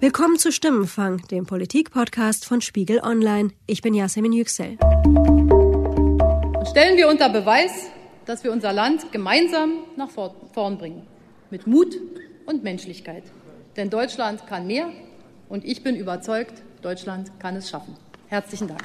Willkommen zu Stimmenfang, dem Politik-Podcast von Spiegel Online. Ich bin Yasemin Yüksel. Stellen wir unter Beweis, dass wir unser Land gemeinsam nach vorn bringen. Mit Mut und Menschlichkeit. Denn Deutschland kann mehr und ich bin überzeugt, Deutschland kann es schaffen. Herzlichen Dank.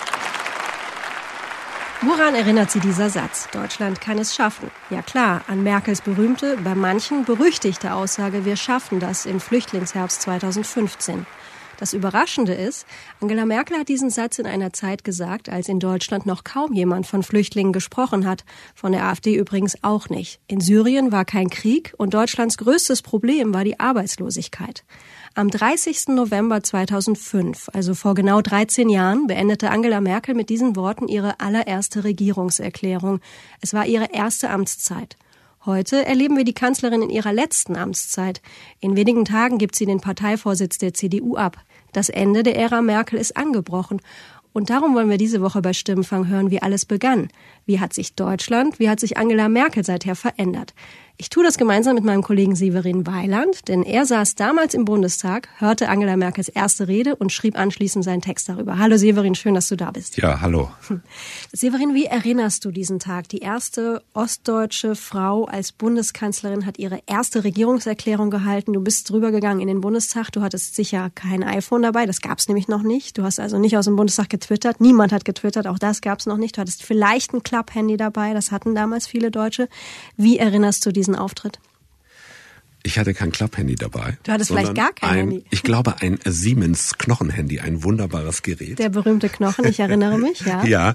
Woran erinnert Sie dieser Satz? Deutschland kann es schaffen. Ja klar, an Merkels berühmte, bei manchen berüchtigte Aussage, wir schaffen das im Flüchtlingsherbst 2015. Das Überraschende ist, Angela Merkel hat diesen Satz in einer Zeit gesagt, als in Deutschland noch kaum jemand von Flüchtlingen gesprochen hat. Von der AfD übrigens auch nicht. In Syrien war kein Krieg und Deutschlands größtes Problem war die Arbeitslosigkeit. Am 30. November 2005, also vor genau 13 Jahren, beendete Angela Merkel mit diesen Worten ihre allererste Regierungserklärung. Es war ihre erste Amtszeit. Heute erleben wir die Kanzlerin in ihrer letzten Amtszeit. In wenigen Tagen gibt sie den Parteivorsitz der CDU ab. Das Ende der Ära Merkel ist angebrochen. Und darum wollen wir diese Woche bei Stimmenfang hören, wie alles begann. Wie hat sich Deutschland, wie hat sich Angela Merkel seither verändert? Ich tue das gemeinsam mit meinem Kollegen Severin Weiland, denn er saß damals im Bundestag, hörte Angela Merkels erste Rede und schrieb anschließend seinen Text darüber. Hallo Severin, schön, dass du da bist. Ja, hallo. Severin, wie erinnerst du diesen Tag? Die erste ostdeutsche Frau als Bundeskanzlerin hat ihre erste Regierungserklärung gehalten. Du bist drüber gegangen in den Bundestag. Du hattest sicher kein iPhone dabei, das gab es nämlich noch nicht. Du hast also nicht aus dem Bundestag getwittert. Niemand hat getwittert, auch das gab es noch nicht. Du hattest vielleicht ein Klapp-Handy dabei, das hatten damals viele Deutsche. Wie erinnerst du diesen Auftritt? Ich hatte kein Klapp-Handy dabei. Du hattest vielleicht gar kein Handy. Ich glaube, ein Siemens Knochenhandy, ein wunderbares Gerät. Der berühmte Knochen, ich erinnere mich, ja.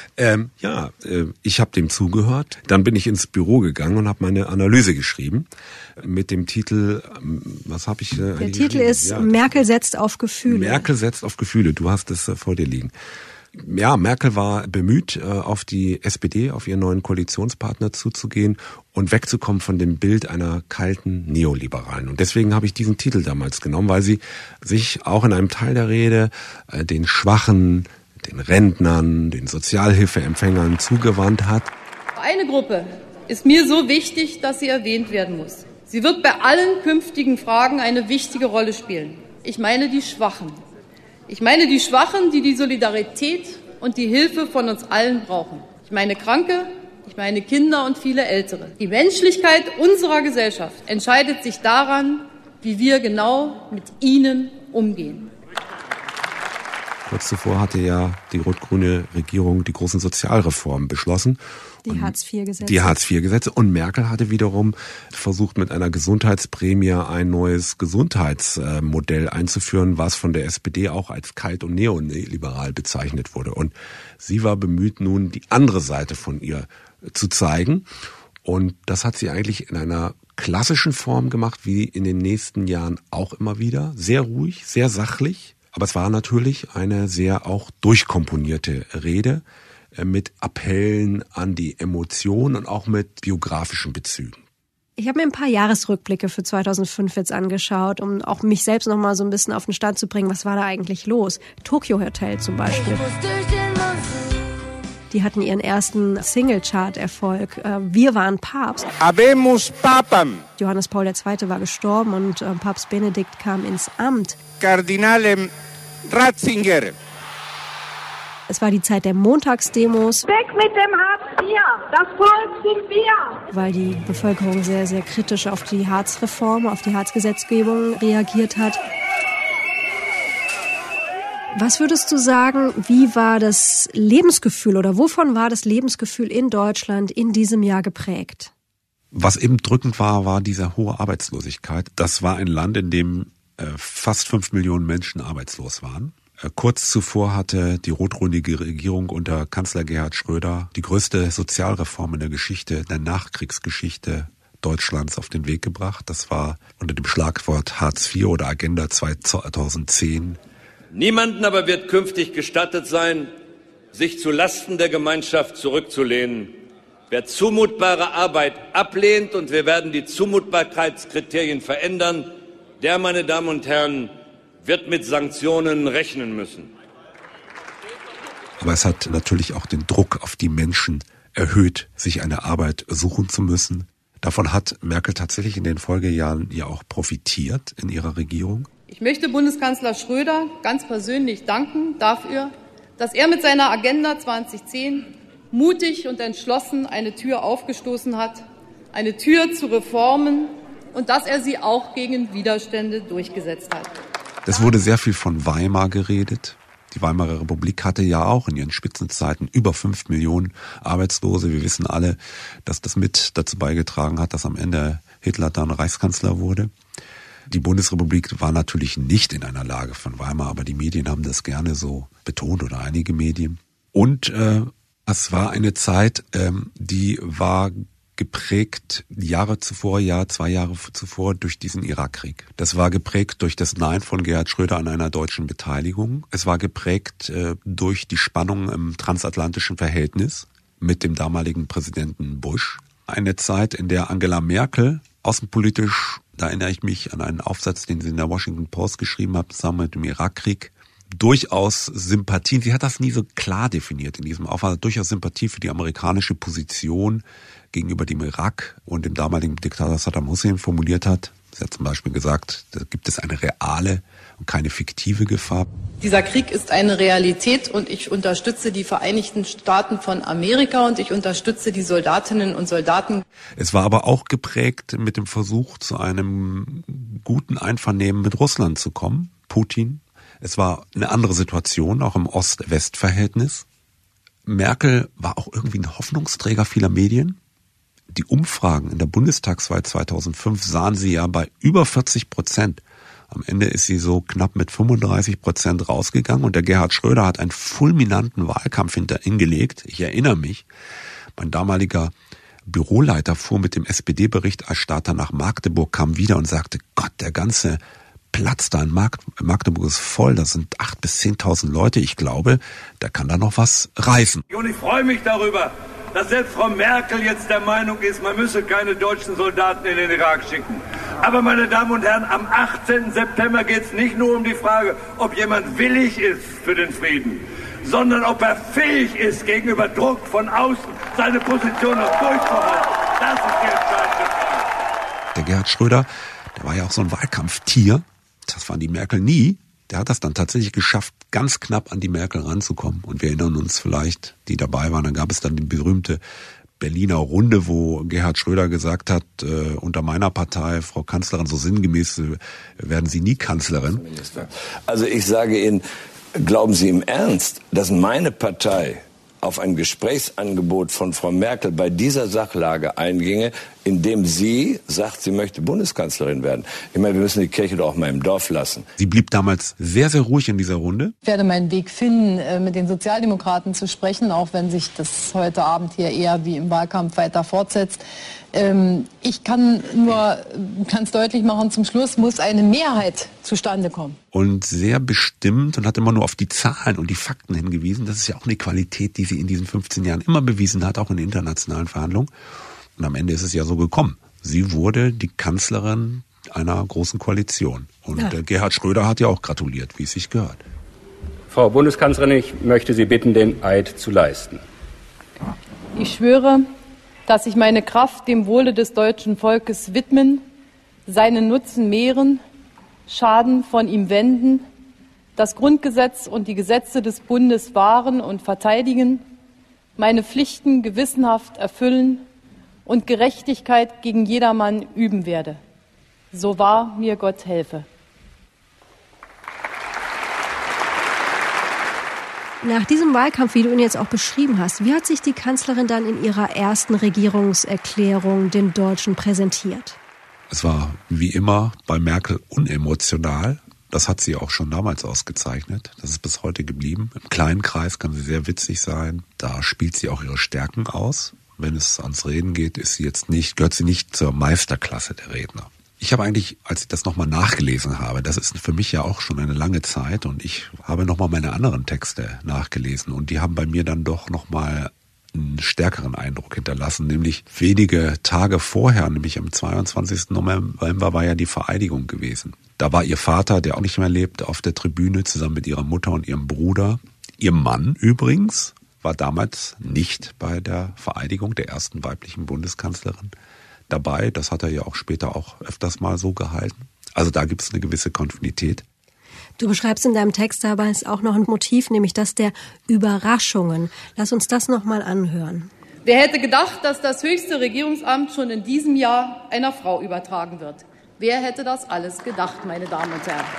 Ich habe dem zugehört. Dann bin ich ins Büro gegangen und habe meine Analyse geschrieben mit dem Titel, was habe ich Der Titel ist Merkel setzt auf Gefühle. Merkel setzt auf Gefühle, du hast es vor dir liegen. Ja, Merkel war bemüht, auf die SPD, auf ihren neuen Koalitionspartner zuzugehen und wegzukommen von dem Bild einer kalten Neoliberalen. Und deswegen habe ich diesen Titel damals genommen, weil sie sich auch in einem Teil der Rede den Schwachen, den Rentnern, den Sozialhilfeempfängern zugewandt hat. Eine Gruppe ist mir so wichtig, dass sie erwähnt werden muss. Sie wird bei allen künftigen Fragen eine wichtige Rolle spielen. Ich meine die Schwachen. Ich meine die Schwachen, die die Solidarität und die Hilfe von uns allen brauchen. Ich meine Kranke, ich meine Kinder und viele Ältere. Die Menschlichkeit unserer Gesellschaft entscheidet sich daran, wie wir genau mit ihnen umgehen. Kurz zuvor hatte ja die rot-grüne Regierung die großen Sozialreformen beschlossen. Die Hartz-IV-Gesetze. Die Hartz-IV-Gesetze. Und Merkel hatte wiederum versucht, mit einer Gesundheitsprämie ein neues Gesundheitsmodell einzuführen, was von der SPD auch als kalt und neoliberal bezeichnet wurde. Und sie war bemüht, nun die andere Seite von ihr zu zeigen. Und das hat sie eigentlich in einer klassischen Form gemacht, wie in den nächsten Jahren auch immer wieder. Sehr ruhig, sehr sachlich. Aber es war natürlich eine sehr auch durchkomponierte Rede mit Appellen an die Emotionen und auch mit biografischen Bezügen. Ich habe mir ein paar Jahresrückblicke für 2005 jetzt angeschaut, um auch mich selbst noch mal so ein bisschen auf den Stand zu bringen. Was war da eigentlich los? Tokyo Hotel zum Beispiel. Die hatten ihren ersten Single-Chart-Erfolg. Wir waren Papst. Habemus Papam. Johannes Paul II. War gestorben und Papst Benedikt kam ins Amt. Kardinalem Ratzinger. Es war die Zeit der Montagsdemos. Weg mit dem Hartz IV! Das Volk sind wir! Weil die Bevölkerung sehr, sehr kritisch auf die Hartz-Reform, auf die Hartz-Gesetzgebung reagiert hat. Was würdest du sagen, wie war das Lebensgefühl oder wovon war das Lebensgefühl in Deutschland in diesem Jahr geprägt? Was eben drückend war, war diese hohe Arbeitslosigkeit. Das war ein Land, in dem fast 5 Millionen Menschen arbeitslos waren. Kurz zuvor hatte die rot-grüne Regierung unter Kanzler Gerhard Schröder die größte Sozialreform in der Geschichte, der Nachkriegsgeschichte Deutschlands auf den Weg gebracht. Das war unter dem Schlagwort Hartz IV oder Agenda 2010. Niemanden aber wird künftig gestattet sein, sich zu Lasten der Gemeinschaft zurückzulehnen. Wer zumutbare Arbeit ablehnt, und wir werden die Zumutbarkeitskriterien verändern, der, meine Damen und Herren, wird mit Sanktionen rechnen müssen. Aber es hat natürlich auch den Druck auf die Menschen erhöht, sich eine Arbeit suchen zu müssen. Davon hat Merkel tatsächlich in den Folgejahren ja auch profitiert in ihrer Regierung. Ich möchte Bundeskanzler Schröder ganz persönlich danken dafür, dass er mit seiner Agenda 2010 mutig und entschlossen eine Tür aufgestoßen hat, eine Tür zu Reformen, und dass er sie auch gegen Widerstände durchgesetzt hat. Es wurde sehr viel von Weimar geredet. Die Weimarer Republik hatte ja auch in ihren Spitzenzeiten über 5 Millionen Arbeitslose. Wir wissen alle, dass das mit dazu beigetragen hat, dass am Ende Hitler dann Reichskanzler wurde. Die Bundesrepublik war natürlich nicht in einer Lage von Weimar, aber die Medien haben das gerne so betont, oder einige Medien. Und es war eine Zeit, die war geprägt 2 Jahre zuvor durch diesen Irakkrieg. Das war geprägt durch das Nein von Gerhard Schröder an einer deutschen Beteiligung. Es war geprägt durch die Spannungen im transatlantischen Verhältnis mit dem damaligen Präsidenten Bush. Eine Zeit, in der Angela Merkel außenpolitisch, da erinnere ich mich an einen Aufsatz, den sie in der Washington Post geschrieben hat, zusammen mit dem Irakkrieg, durchaus Sympathien, sie hat das nie so klar definiert in diesem Aufsatz, durchaus Sympathie für die amerikanische Position gegenüber dem Irak und dem damaligen Diktator Saddam Hussein formuliert hat. Sie hat zum Beispiel gesagt, da gibt es eine reale und keine fiktive Gefahr. Dieser Krieg ist eine Realität und ich unterstütze die Vereinigten Staaten von Amerika und ich unterstütze die Soldatinnen und Soldaten. Es war aber auch geprägt mit dem Versuch, zu einem guten Einvernehmen mit Russland zu kommen, Putin. Es war eine andere Situation, auch im Ost-West-Verhältnis. Merkel war auch irgendwie ein Hoffnungsträger vieler Medien. Die Umfragen in der Bundestagswahl 2005 sahen sie ja bei über 40%. Am Ende ist sie so knapp mit 35% rausgegangen und der Gerhard Schröder hat einen fulminanten Wahlkampf hingelegt. Ich erinnere mich, mein damaliger Büroleiter fuhr mit dem SPD-Berichterstatter nach Magdeburg, kam wieder und sagte, Gott, der ganze Platz da in Magdeburg ist voll, das sind 8.000 bis 10.000 Leute. Ich glaube, da kann da noch was reißen. Und ich freue mich darüber, dass selbst Frau Merkel jetzt der Meinung ist, man müsse keine deutschen Soldaten in den Irak schicken. Aber meine Damen und Herren, am 18. September geht es nicht nur um die Frage, ob jemand willig ist für den Frieden, sondern ob er fähig ist, gegenüber Druck von außen seine Position noch durchzuhalten. Das ist die entscheidende Frage. Der Gerhard Schröder, der war ja auch so ein Wahlkampftier. Das war die Merkel nie. Der hat das dann tatsächlich geschafft, ganz knapp an die Merkel ranzukommen. Und wir erinnern uns vielleicht, die dabei waren, dann gab es dann die berühmte Berliner Runde, wo Gerhard Schröder gesagt hat, unter meiner Partei, Frau Kanzlerin, so sinngemäß, werden Sie nie Kanzlerin. Also ich sage Ihnen, glauben Sie im Ernst, dass meine Partei auf ein Gesprächsangebot von Frau Merkel bei dieser Sachlage einginge, indem sie sagt, sie möchte Bundeskanzlerin werden? Ich meine, wir müssen die Kirche doch auch mal im Dorf lassen. Sie blieb damals sehr, sehr ruhig in dieser Runde. Ich werde meinen Weg finden, mit den Sozialdemokraten zu sprechen, auch wenn sich das heute Abend hier eher wie im Wahlkampf weiter fortsetzt. Ich kann nur ganz deutlich machen, zum Schluss muss eine Mehrheit zustande kommen. Und sehr bestimmt und hat immer nur auf die Zahlen und die Fakten hingewiesen. Das ist ja auch eine Qualität, die sie in diesen 15 Jahren immer bewiesen hat, auch in internationalen Verhandlungen. Und am Ende ist es ja so gekommen. Sie wurde die Kanzlerin einer großen Koalition. Und Gerhard Schröder hat ja auch gratuliert, wie es sich gehört. Frau Bundeskanzlerin, ich möchte Sie bitten, den Eid zu leisten. Ich schwöre, dass ich meine Kraft dem Wohle des deutschen Volkes widmen, seinen Nutzen mehren, Schaden von ihm wenden, das Grundgesetz und die Gesetze des Bundes wahren und verteidigen, meine Pflichten gewissenhaft erfüllen und Gerechtigkeit gegen jedermann üben werde. So wahr mir Gott helfe. Nach diesem Wahlkampf, wie du ihn jetzt auch beschrieben hast, wie hat sich die Kanzlerin dann in ihrer ersten Regierungserklärung den Deutschen präsentiert? Es war wie immer bei Merkel unemotional. Das hat sie auch schon damals ausgezeichnet. Das ist bis heute geblieben. Im kleinen Kreis kann sie sehr witzig sein. Da spielt sie auch ihre Stärken aus. Wenn es ans Reden geht, gehört sie nicht zur Meisterklasse der Redner. Ich habe eigentlich, als ich das nochmal nachgelesen habe, das ist für mich ja auch schon eine lange Zeit, und ich habe nochmal meine anderen Texte nachgelesen und die haben bei mir dann doch nochmal einen stärkeren Eindruck hinterlassen, nämlich wenige Tage vorher, nämlich am 22. November war ja die Vereidigung gewesen. Da war ihr Vater, der auch nicht mehr lebt, auf der Tribüne zusammen mit ihrer Mutter und ihrem Bruder. Ihr Mann übrigens war damals nicht bei der Vereidigung der ersten weiblichen Bundeskanzlerin dabei. Das hat er ja auch später auch öfters mal so gehalten. Also da gibt es eine gewisse Kontinuität. Du beschreibst in deinem Text dabei auch noch ein Motiv, nämlich das der Überraschungen. Lass uns das nochmal anhören. Wer hätte gedacht, dass das höchste Regierungsamt schon in diesem Jahr einer Frau übertragen wird? Wer hätte das alles gedacht, meine Damen und Herren?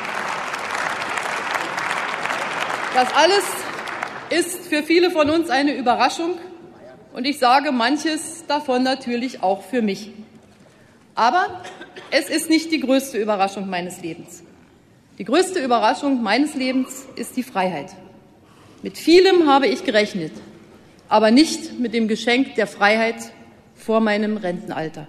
Das alles ist für viele von uns eine Überraschung und ich sage manches davon natürlich auch für mich. Aber es ist nicht die größte Überraschung meines Lebens. Die größte Überraschung meines Lebens ist die Freiheit. Mit vielem habe ich gerechnet, aber nicht mit dem Geschenk der Freiheit vor meinem Rentenalter.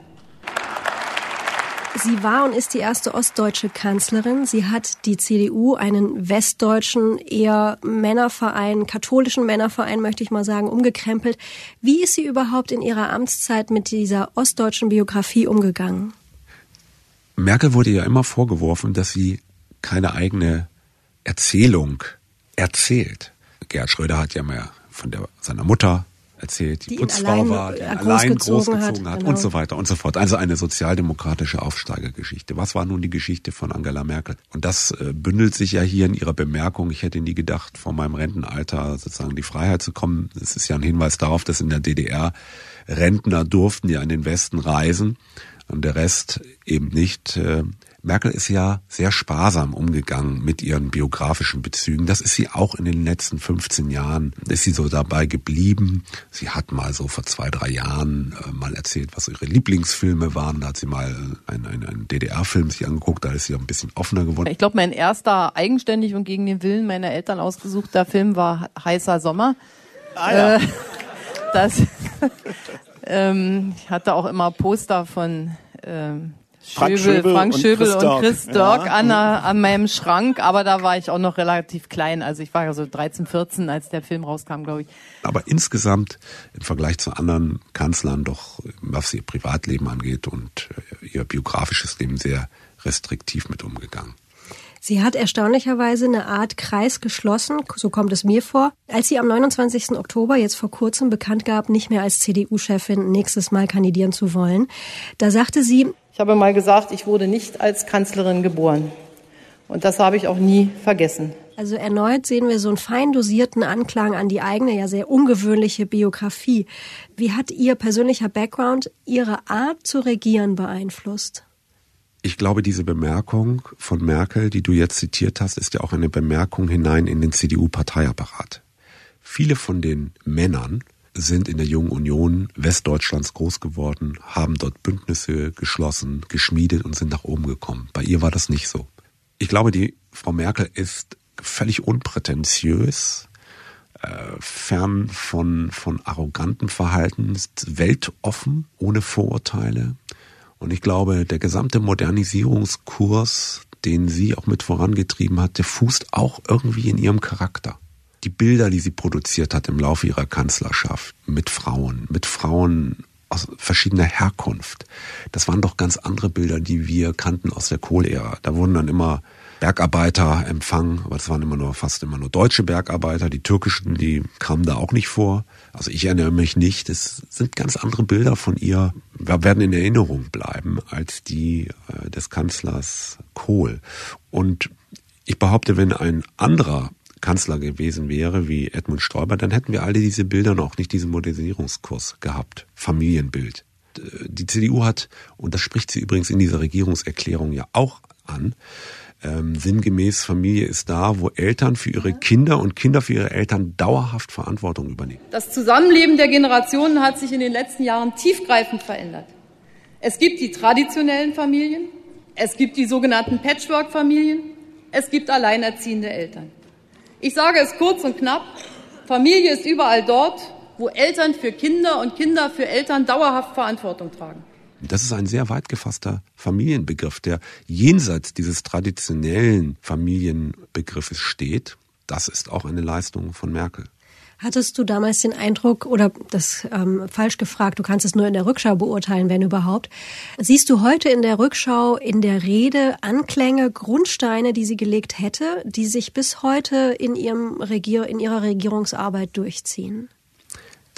Sie war und ist die erste ostdeutsche Kanzlerin. Sie hat die CDU, einen westdeutschen, eher Männerverein, katholischen Männerverein, möchte ich mal sagen, umgekrempelt. Wie ist sie überhaupt in ihrer Amtszeit mit dieser ostdeutschen Biografie umgegangen? Merkel wurde ja immer vorgeworfen, dass sie keine eigene Erzählung erzählt. Gerhard Schröder hat ja mal von seiner Mutter erzählt, die Putzfrau war, die ihn allein großgezogen hat, genau. Und so weiter und so fort. Also eine sozialdemokratische Aufsteigergeschichte. Was war nun die Geschichte von Angela Merkel? Und das bündelt sich ja hier in ihrer Bemerkung, ich hätte nie gedacht, vor meinem Rentenalter sozusagen die Freiheit zu kommen. Das ist ja ein Hinweis darauf, dass in der DDR Rentner durften ja in den Westen reisen und der Rest eben nicht. Merkel ist ja sehr sparsam umgegangen mit ihren biografischen Bezügen. Das ist sie auch in den letzten 15 Jahren, ist sie so dabei geblieben. Sie hat mal so vor 2-3 Jahren mal erzählt, was ihre Lieblingsfilme waren. Da hat sie mal einen DDR-Film sich angeguckt, da ist sie auch ein bisschen offener geworden. Ich glaube, mein erster eigenständig und gegen den Willen meiner Eltern ausgesuchter Film war Heißer Sommer. Ah, ja. Ich hatte auch immer Poster von Frank Schöbel und Chris Dörk an meinem Schrank, aber da war ich auch noch relativ klein, also ich war ja so 13, 14, als der Film rauskam, glaube ich. Aber insgesamt im Vergleich zu anderen Kanzlern doch, was ihr Privatleben angeht und ihr biografisches Leben, sehr restriktiv mit umgegangen. Sie hat erstaunlicherweise eine Art Kreis geschlossen, so kommt es mir vor, als sie am 29. Oktober jetzt vor kurzem bekannt gab, nicht mehr als CDU-Chefin nächstes Mal kandidieren zu wollen. Da sagte sie: Ich habe mal gesagt, ich wurde nicht als Kanzlerin geboren. Und das habe ich auch nie vergessen. Also erneut sehen wir so einen fein dosierten Anklang an die eigene, ja sehr ungewöhnliche Biografie. Wie hat Ihr persönlicher Background Ihre Art zu regieren beeinflusst? Ich glaube, diese Bemerkung von Merkel, die du jetzt zitiert hast, ist ja auch eine Bemerkung hinein in den CDU-Parteiapparat. Viele von den Männern sind in der Jungen Union Westdeutschlands groß geworden, haben dort Bündnisse geschlossen, geschmiedet und sind nach oben gekommen. Bei ihr war das nicht so. Ich glaube, die Frau Merkel ist völlig unprätentiös, fern von arrogantem Verhalten, ist weltoffen, ohne Vorurteile. Und ich glaube, der gesamte Modernisierungskurs, den sie auch mit vorangetrieben hat, der fußt auch irgendwie in ihrem Charakter. Die Bilder, die sie produziert hat im Laufe ihrer Kanzlerschaft mit Frauen aus verschiedener Herkunft, das waren doch ganz andere Bilder, die wir kannten aus der Kohl-Ära. Da wurden dann immer Bergarbeiter empfangen, aber das waren fast immer nur deutsche Bergarbeiter. Die türkischen, die kamen da auch nicht vor. Also ich erinnere mich nicht. Es sind ganz andere Bilder von ihr, werden in Erinnerung bleiben als die des Kanzlers Kohl. Und ich behaupte, wenn ein anderer Kanzler gewesen wäre wie Edmund Stoiber, dann hätten wir alle diese Bilder noch nicht, diesen Modernisierungskurs gehabt. Familienbild. Die CDU hat, und das spricht sie übrigens in dieser Regierungserklärung ja auch an, sinngemäß, Familie ist da, wo Eltern für ihre Kinder und Kinder für ihre Eltern dauerhaft Verantwortung übernehmen. Das Zusammenleben der Generationen hat sich in den letzten Jahren tiefgreifend verändert. Es gibt die traditionellen Familien, es gibt die sogenannten Patchwork-Familien, es gibt alleinerziehende Eltern. Ich sage es kurz und knapp: Familie ist überall dort, wo Eltern für Kinder und Kinder für Eltern dauerhaft Verantwortung tragen. Das ist ein sehr weit gefasster Familienbegriff, der jenseits dieses traditionellen Familienbegriffes steht. Das ist auch eine Leistung von Merkel. Hattest du damals den Eindruck, oder das falsch gefragt, du kannst es nur in der Rückschau beurteilen, wenn überhaupt, siehst du heute in der Rückschau in der Rede Anklänge, Grundsteine, die sie gelegt hätte, die sich bis heute in ihrer Regierungsarbeit durchziehen?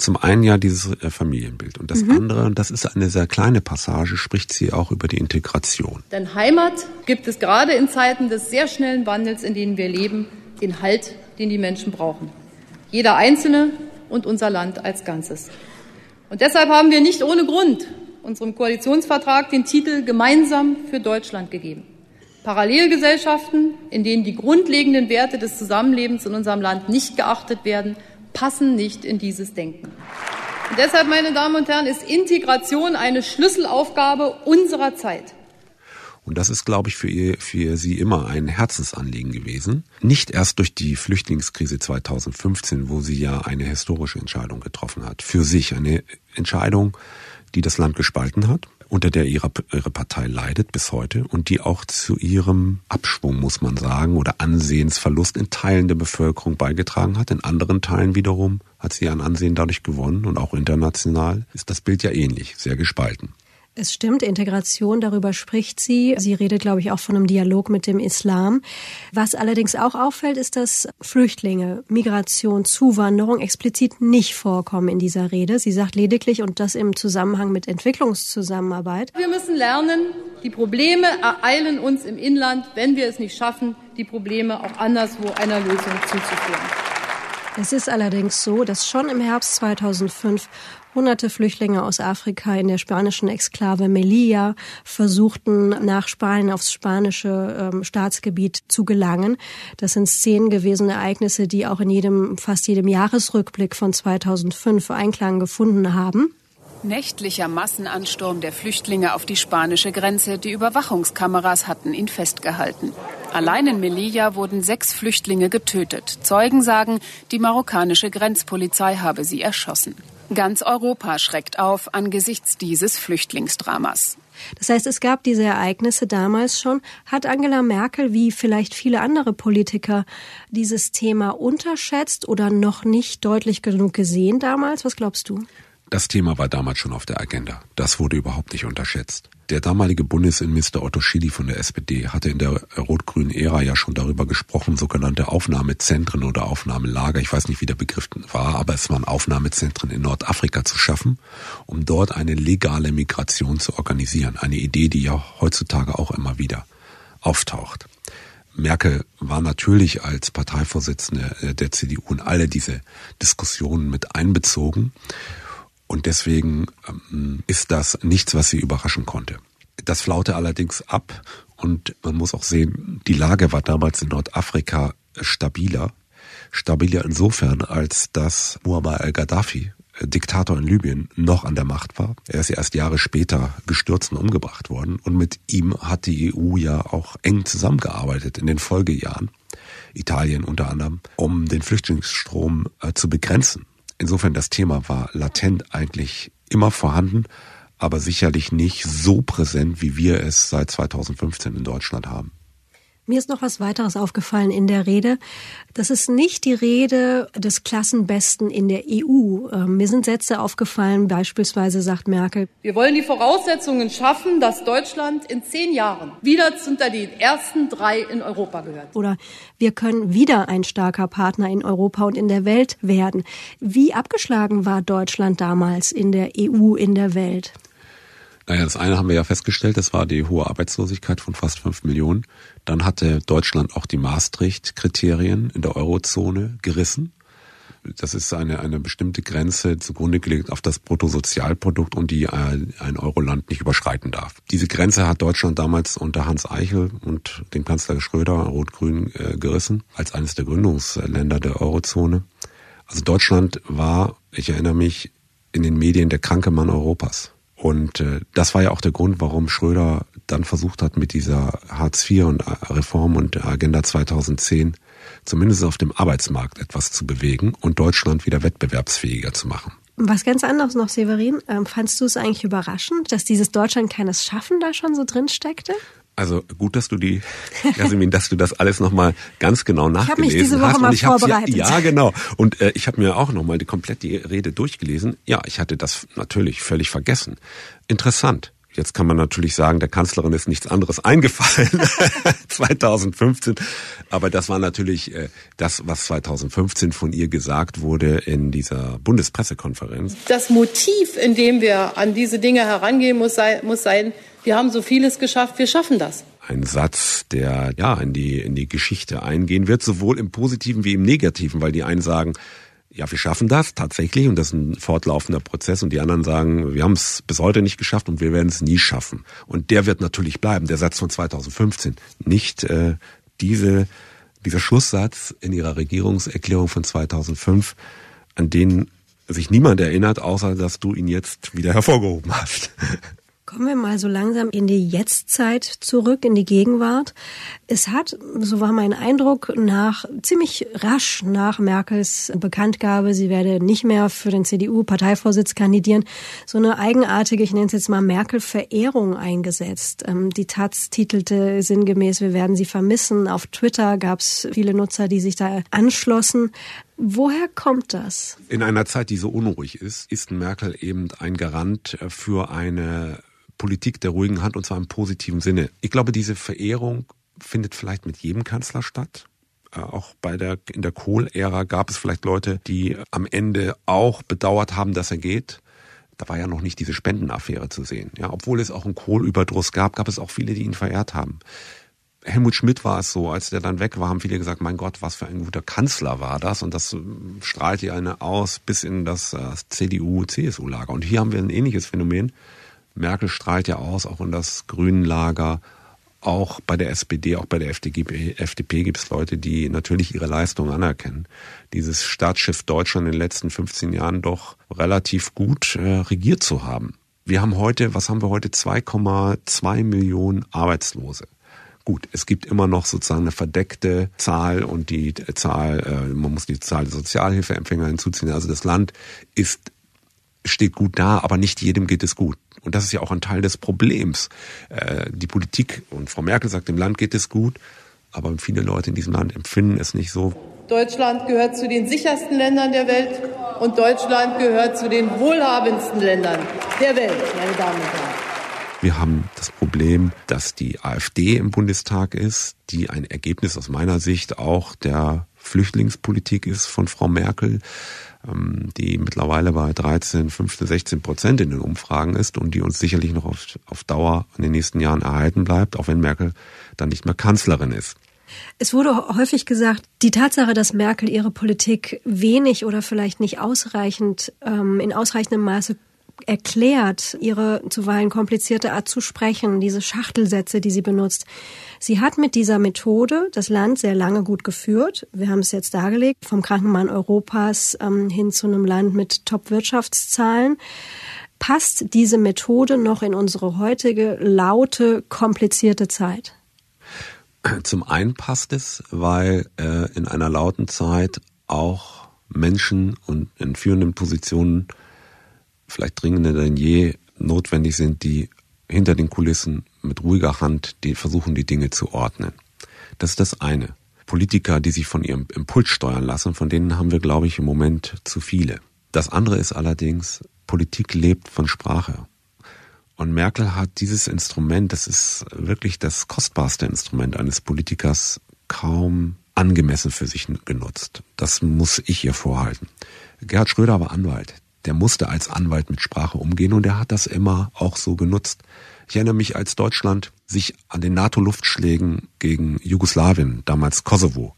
Zum einen ja dieses Familienbild und das andere, und das ist eine sehr kleine Passage, spricht sie auch über die Integration. Denn Heimat gibt es gerade in Zeiten des sehr schnellen Wandels, in denen wir leben, den Halt, den die Menschen brauchen. Jeder Einzelne und unser Land als Ganzes. Und deshalb haben wir nicht ohne Grund unserem Koalitionsvertrag den Titel Gemeinsam für Deutschland gegeben. Parallelgesellschaften, in denen die grundlegenden Werte des Zusammenlebens in unserem Land nicht geachtet werden, passen nicht in dieses Denken. Und deshalb, meine Damen und Herren, ist Integration eine Schlüsselaufgabe unserer Zeit. Und das ist, glaube ich, für sie immer ein Herzensanliegen gewesen. Nicht erst durch die Flüchtlingskrise 2015, wo sie ja eine historische Entscheidung getroffen hat. Für sich eine Entscheidung, die das Land gespalten hat, unter der ihre Partei leidet bis heute und die auch zu ihrem Abschwung, muss man sagen, oder Ansehensverlust in Teilen der Bevölkerung beigetragen hat. In anderen Teilen wiederum hat sie an Ansehen dadurch gewonnen und auch international ist das Bild ja ähnlich, sehr gespalten. Es stimmt, Integration, darüber spricht sie. Sie redet, glaube ich, auch von einem Dialog mit dem Islam. Was allerdings auch auffällt, ist, dass Flüchtlinge, Migration, Zuwanderung explizit nicht vorkommen in dieser Rede. Sie sagt lediglich, und das im Zusammenhang mit Entwicklungszusammenarbeit: Wir müssen lernen, die Probleme ereilen uns im Inland, wenn wir es nicht schaffen, die Probleme auch anderswo einer Lösung zuzuführen. Es ist allerdings so, dass schon im Herbst 2005 Hunderte Flüchtlinge aus Afrika in der spanischen Exklave Melilla versuchten, nach Spanien aufs spanische Staatsgebiet zu gelangen. Das sind Szenen gewesen, Ereignisse, die auch in fast jedem Jahresrückblick von 2005 Einklang gefunden haben. Nächtlicher Massenansturm der Flüchtlinge auf die spanische Grenze. Die Überwachungskameras hatten ihn festgehalten. Allein in Melilla wurden 6 Flüchtlinge getötet. Zeugen sagen, die marokkanische Grenzpolizei habe sie erschossen. Ganz Europa schreckt auf angesichts dieses Flüchtlingsdramas. Das heißt, es gab diese Ereignisse damals schon. Hat Angela Merkel, wie vielleicht viele andere Politiker, dieses Thema unterschätzt oder noch nicht deutlich genug gesehen damals? Was glaubst du? Das Thema war damals schon auf der Agenda. Das wurde überhaupt nicht unterschätzt. Der damalige Bundesinnenminister Otto Schily von der SPD hatte in der rot-grünen Ära ja schon darüber gesprochen, sogenannte Aufnahmezentren oder Aufnahmelager, ich weiß nicht, wie der Begriff war, aber es waren Aufnahmezentren in Nordafrika zu schaffen, um dort eine legale Migration zu organisieren. Eine Idee, die ja heutzutage auch immer wieder auftaucht. Merkel war natürlich als Parteivorsitzende der CDU in alle diese Diskussionen mit einbezogen. Und deswegen ist das nichts, was sie überraschen konnte. Das flaute allerdings ab und man muss auch sehen, die Lage war damals in Nordafrika stabiler. Stabiler insofern, als dass Muammar al-Gaddafi, Diktator in Libyen, noch an der Macht war. Er ist erst Jahre später gestürzt und umgebracht worden. Und mit ihm hat die EU ja auch eng zusammengearbeitet in den Folgejahren, Italien unter anderem, um den Flüchtlingsstrom zu begrenzen. Insofern, das Thema war latent eigentlich immer vorhanden, aber sicherlich nicht so präsent, wie wir es seit 2015 in Deutschland haben. Mir ist noch was weiteres aufgefallen in der Rede. Das ist nicht die Rede des Klassenbesten in der EU. Mir sind Sätze aufgefallen, beispielsweise sagt Merkel: Wir wollen die Voraussetzungen schaffen, dass Deutschland in 10 Jahren wieder unter die ersten 3 in Europa gehört. Oder wir können wieder ein starker Partner in Europa und in der Welt werden. Wie abgeschlagen war Deutschland damals in der EU, in der Welt? Naja, das eine haben wir ja festgestellt, das war die hohe Arbeitslosigkeit von fast 5 Millionen. Dann hatte Deutschland auch die Maastricht-Kriterien in der Eurozone gerissen. Das ist eine bestimmte Grenze zugrunde gelegt auf das Bruttosozialprodukt und die ein Euroland nicht überschreiten darf. Diese Grenze hat Deutschland damals unter Hans Eichel und dem Kanzler Schröder, Rot-Grün, gerissen, als eines der Gründungsländer der Eurozone. Also Deutschland war, ich erinnere mich, in den Medien der kranke Mann Europas. Und das war ja auch der Grund, warum Schröder dann versucht hat, mit dieser Hartz-IV-Reform und Agenda 2010 zumindest auf dem Arbeitsmarkt etwas zu bewegen und Deutschland wieder wettbewerbsfähiger zu machen. Was ganz anderes noch, Severin. Fandst du es eigentlich überraschend, dass dieses Deutschland kann es schaffen da schon so drin steckte? Also gut, dass du Jasmin, dass du das alles nochmal ganz genau nachgelesen hast. Ich habe mich diese Woche mal vorbereitet. Ja, genau. Und ich habe mir auch nochmal komplett die Rede durchgelesen. Ja, ich hatte das natürlich völlig vergessen. Interessant. Jetzt kann man natürlich sagen, der Kanzlerin ist nichts anderes eingefallen 2015. Aber das war natürlich das, was 2015 von ihr gesagt wurde in dieser Bundespressekonferenz. Das Motiv, in dem wir an diese Dinge herangehen, muss sein, wir haben so vieles geschafft, wir schaffen das. Ein Satz, der in die Geschichte eingehen wird, sowohl im Positiven wie im Negativen, weil die einen sagen, ja, wir schaffen das tatsächlich und das ist ein fortlaufender Prozess und die anderen sagen, wir haben es bis heute nicht geschafft und wir werden es nie schaffen. Und der wird natürlich bleiben, der Satz von 2015. Nicht dieser Schlusssatz in ihrer Regierungserklärung von 2005, an den sich niemand erinnert, außer dass du ihn jetzt wieder hervorgehoben hast. Kommen wir mal so langsam in die Jetztzeit zurück, in die Gegenwart. Es hat, so war mein Eindruck, ziemlich rasch nach Merkels Bekanntgabe, sie werde nicht mehr für den CDU-Parteivorsitz kandidieren, so eine eigenartige, ich nenne es jetzt mal Merkel-Verehrung eingesetzt. Die Taz titelte sinngemäß, wir werden sie vermissen. Auf Twitter gab es viele Nutzer, die sich da anschlossen. Woher kommt das? In einer Zeit, die so unruhig ist Merkel eben ein Garant für eine Politik der ruhigen Hand, und zwar im positiven Sinne. Ich glaube, diese Verehrung findet vielleicht mit jedem Kanzler statt. Auch in der Kohl-Ära gab es vielleicht Leute, die am Ende auch bedauert haben, dass er geht. Da war ja noch nicht diese Spendenaffäre zu sehen. Ja, obwohl es auch einen Kohl-Überdruss gab es auch viele, die ihn verehrt haben. Helmut Schmidt war es so, als der dann weg war, haben viele gesagt, mein Gott, was für ein guter Kanzler war das. Und das strahlte eine aus bis in das CDU-CSU-Lager. Und hier haben wir ein ähnliches Phänomen. Merkel strahlt ja aus, auch in das Grünen-Lager, auch bei der SPD, auch bei der FDP gibt es Leute, die natürlich ihre Leistung anerkennen. Dieses Staatsschiff Deutschland in den letzten 15 Jahren doch relativ gut regiert zu haben. Was haben wir heute? 2,2 Millionen Arbeitslose. Gut, es gibt immer noch sozusagen eine verdeckte Zahl und die Zahl, man muss die Zahl der Sozialhilfeempfänger hinzuziehen. Also das Land steht gut da, aber nicht jedem geht es gut. Und das ist ja auch ein Teil des Problems. Die Politik, und Frau Merkel sagt, dem Land geht es gut, aber viele Leute in diesem Land empfinden es nicht so. Deutschland gehört zu den sichersten Ländern der Welt und Deutschland gehört zu den wohlhabendsten Ländern der Welt, meine Damen und Herren. Wir haben das Problem, dass die AfD im Bundestag ist, die ein Ergebnis aus meiner Sicht auch der Flüchtlingspolitik ist von Frau Merkel, die mittlerweile bei 13, 15, 16% in den Umfragen ist und die uns sicherlich noch auf Dauer in den nächsten Jahren erhalten bleibt, auch wenn Merkel dann nicht mehr Kanzlerin ist. Es wurde häufig gesagt, die Tatsache, dass Merkel ihre Politik wenig oder vielleicht nicht ausreichend, in ausreichendem Maße erklärt, ihre zuweilen komplizierte Art zu sprechen, diese Schachtelsätze, die sie benutzt. Sie hat mit dieser Methode das Land sehr lange gut geführt. Wir haben es jetzt dargelegt, vom Krankenmann Europas hin zu einem Land mit Top-Wirtschaftszahlen. Passt diese Methode noch in unsere heutige, laute, komplizierte Zeit? Zum einen passt es, weil in einer lauten Zeit auch Menschen und in führenden Positionen vielleicht dringender denn je notwendig sind, die hinter den Kulissen mit ruhiger Hand versuchen, die Dinge zu ordnen. Das ist das eine. Politiker, die sich von ihrem Impuls steuern lassen, von denen haben wir, glaube ich, im Moment zu viele. Das andere ist allerdings, Politik lebt von Sprache. Und Merkel hat dieses Instrument, das ist wirklich das kostbarste Instrument eines Politikers, kaum angemessen für sich genutzt. Das muss ich ihr vorhalten. Gerhard Schröder war Anwalt. Der musste als Anwalt mit Sprache umgehen und er hat das immer auch so genutzt. Ich erinnere mich, als Deutschland sich an den NATO-Luftschlägen gegen Jugoslawien, damals Kosovo,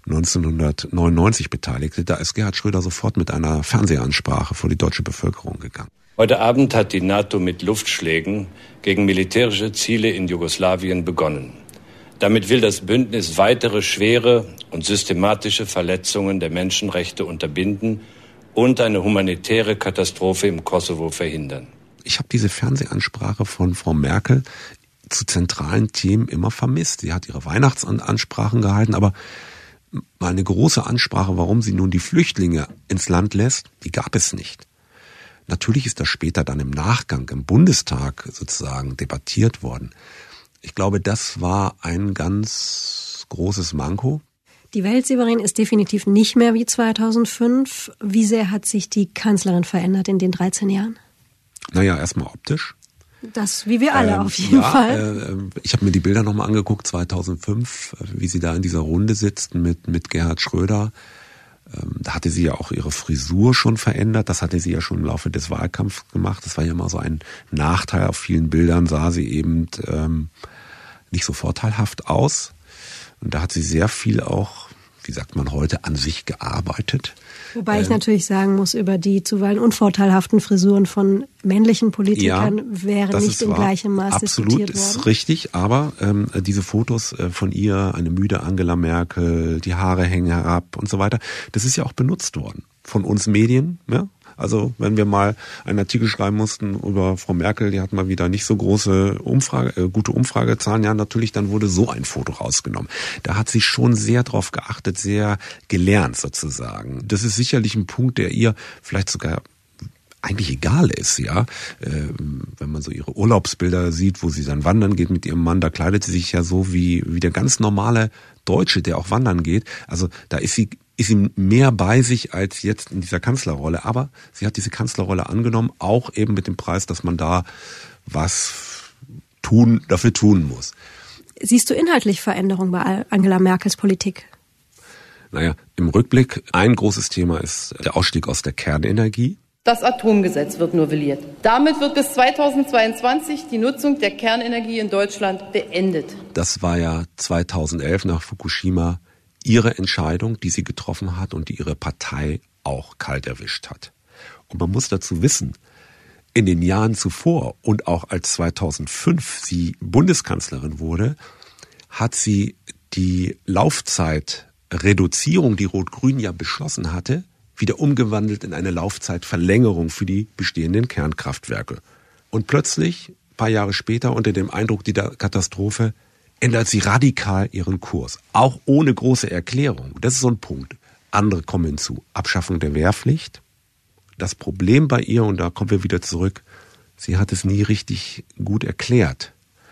1999 beteiligte, da ist Gerhard Schröder sofort mit einer Fernsehansprache vor die deutsche Bevölkerung gegangen. Heute Abend hat die NATO mit Luftschlägen gegen militärische Ziele in Jugoslawien begonnen. Damit will das Bündnis weitere schwere und systematische Verletzungen der Menschenrechte unterbinden und eine humanitäre Katastrophe im Kosovo verhindern. Ich habe diese Fernsehansprache von Frau Merkel zu zentralen Themen immer vermisst. Sie hat ihre Weihnachtsansprachen gehalten, aber mal eine große Ansprache, warum sie nun die Flüchtlinge ins Land lässt, die gab es nicht. Natürlich ist das später dann im Nachgang im Bundestag sozusagen debattiert worden. Ich glaube, das war ein ganz großes Manko. Die Welt, Severin, ist definitiv nicht mehr wie 2005. Wie sehr hat sich die Kanzlerin verändert in den 13 Jahren? Naja, erstmal optisch. Das wie wir alle auf jeden Fall. Ich habe mir die Bilder nochmal angeguckt, 2005, wie sie da in dieser Runde sitzt mit Gerhard Schröder. Da hatte sie ja auch ihre Frisur schon verändert. Das hatte sie ja schon im Laufe des Wahlkampfs gemacht. Das war ja immer so ein Nachteil. Auf vielen Bildern sah sie eben nicht so vorteilhaft aus. Und da hat sie sehr viel auch, wie sagt man heute, an sich gearbeitet. Wobei ich natürlich sagen muss, über die zuweilen unvorteilhaften Frisuren von männlichen Politikern wäre nicht im gleichen Maß diskutiert worden. Absolut, ist richtig, aber diese Fotos von ihr, eine müde Angela Merkel, die Haare hängen herab und so weiter, das ist ja auch benutzt worden von uns Medien, ja? Also wenn wir mal einen Artikel schreiben mussten über Frau Merkel, die hat mal wieder nicht so gute Umfragezahlen, ja natürlich, dann wurde so ein Foto rausgenommen. Da hat sie schon sehr drauf geachtet, sehr gelernt sozusagen. Das ist sicherlich ein Punkt, der ihr vielleicht sogar eigentlich egal ist, ja. Wenn man so ihre Urlaubsbilder sieht, wo sie dann wandern geht mit ihrem Mann, da kleidet sie sich ja so wie der ganz normale Deutsche, der auch wandern geht. Also da ist sie mehr bei sich als jetzt in dieser Kanzlerrolle. Aber sie hat diese Kanzlerrolle angenommen, auch eben mit dem Preis, dass man da was dafür tun muss. Siehst du inhaltlich Veränderungen bei Angela Merkels Politik? Naja, im Rückblick, ein großes Thema ist der Ausstieg aus der Kernenergie. Das Atomgesetz wird novelliert. Damit wird bis 2022 die Nutzung der Kernenergie in Deutschland beendet. Das war ja 2011 nach Fukushima ihre Entscheidung, die sie getroffen hat und die ihre Partei auch kalt erwischt hat. Und man muss dazu wissen, in den Jahren zuvor und auch als 2005 sie Bundeskanzlerin wurde, hat sie die Laufzeitreduzierung, die Rot-Grün ja beschlossen hatte, wieder umgewandelt in eine Laufzeitverlängerung für die bestehenden Kernkraftwerke. Und plötzlich, ein paar Jahre später, unter dem Eindruck dieser Katastrophe, ändert sie radikal ihren Kurs, auch ohne große Erklärung. Das ist so ein Punkt. Andere kommen hinzu. Abschaffung der Wehrpflicht. Das Problem bei ihr, und da kommen wir wieder zurück, sie hat es nie richtig gut erklärt.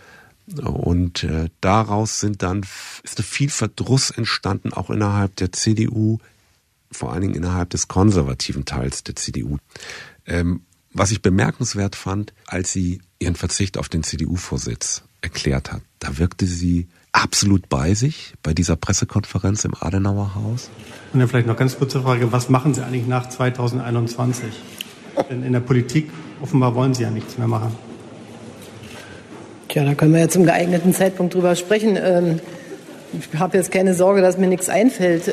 Und daraus ist da viel Verdruss entstanden, auch innerhalb der CDU, vor allen Dingen innerhalb des konservativen Teils der CDU. Was ich bemerkenswert fand, als sie ihren Verzicht auf den CDU-Vorsitz erklärt hat, da wirkte sie absolut bei sich bei dieser Pressekonferenz im Adenauer Haus. Und dann vielleicht noch ganz kurze Frage, was machen Sie eigentlich nach 2021? Denn in der Politik offenbar wollen Sie ja nichts mehr machen. Tja, da können wir ja zum geeigneten Zeitpunkt drüber sprechen. Ich habe jetzt keine Sorge, dass mir nichts einfällt.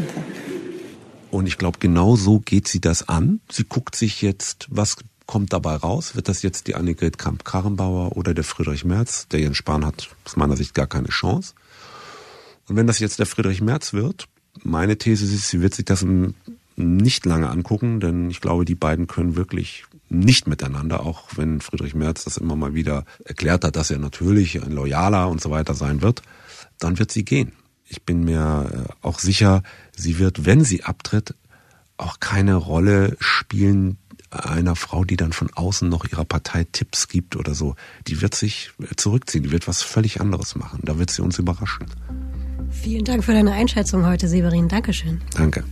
Und ich glaube, genau so geht sie das an. Sie guckt sich jetzt, was kommt dabei raus? Wird das jetzt die Annegret Kramp-Karrenbauer oder der Friedrich Merz? Der Jens Spahn hat aus meiner Sicht gar keine Chance. Und wenn das jetzt der Friedrich Merz wird, meine These ist, sie wird sich das nicht lange angucken, denn ich glaube, die beiden können wirklich nicht miteinander, auch wenn Friedrich Merz das immer mal wieder erklärt hat, dass er natürlich ein Loyaler und so weiter sein wird, dann wird sie gehen. Ich bin mir auch sicher, sie wird, wenn sie abtritt, auch keine Rolle spielen einer Frau, die dann von außen noch ihrer Partei Tipps gibt oder so. Die wird sich zurückziehen, die wird was völlig anderes machen. Da wird sie uns überraschen. Vielen Dank für deine Einschätzung heute, Severin. Dankeschön. Danke.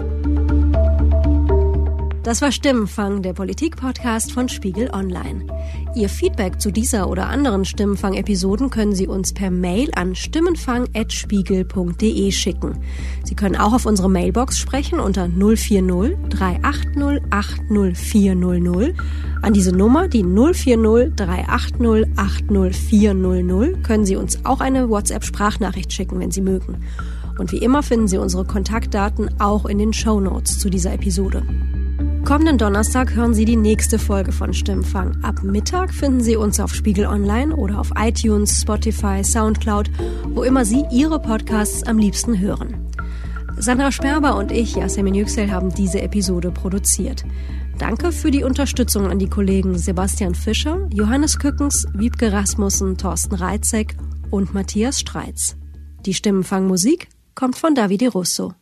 Das war Stimmenfang, der Politik-Podcast von Spiegel Online. Ihr Feedback zu dieser oder anderen Stimmenfang-Episoden können Sie uns per Mail an stimmenfang@spiegel.de schicken. Sie können auch auf unsere Mailbox sprechen unter 040 380 80 400. An diese Nummer, die 040 380 80 400, können Sie uns auch eine WhatsApp-Sprachnachricht schicken, wenn Sie mögen. Und wie immer finden Sie unsere Kontaktdaten auch in den Shownotes zu dieser Episode. Kommenden Donnerstag hören Sie die nächste Folge von Stimmenfang. Ab Mittag finden Sie uns auf Spiegel Online oder auf iTunes, Spotify, Soundcloud, wo immer Sie Ihre Podcasts am liebsten hören. Sandra Sperber und ich, Yasemin Yüksel, haben diese Episode produziert. Danke für die Unterstützung an die Kollegen Sebastian Fischer, Johannes Kückens, Wiebke Rasmussen, Thorsten Reitzek und Matthias Streitz. Die Stimmenfang-Musik kommt von Davide Russo.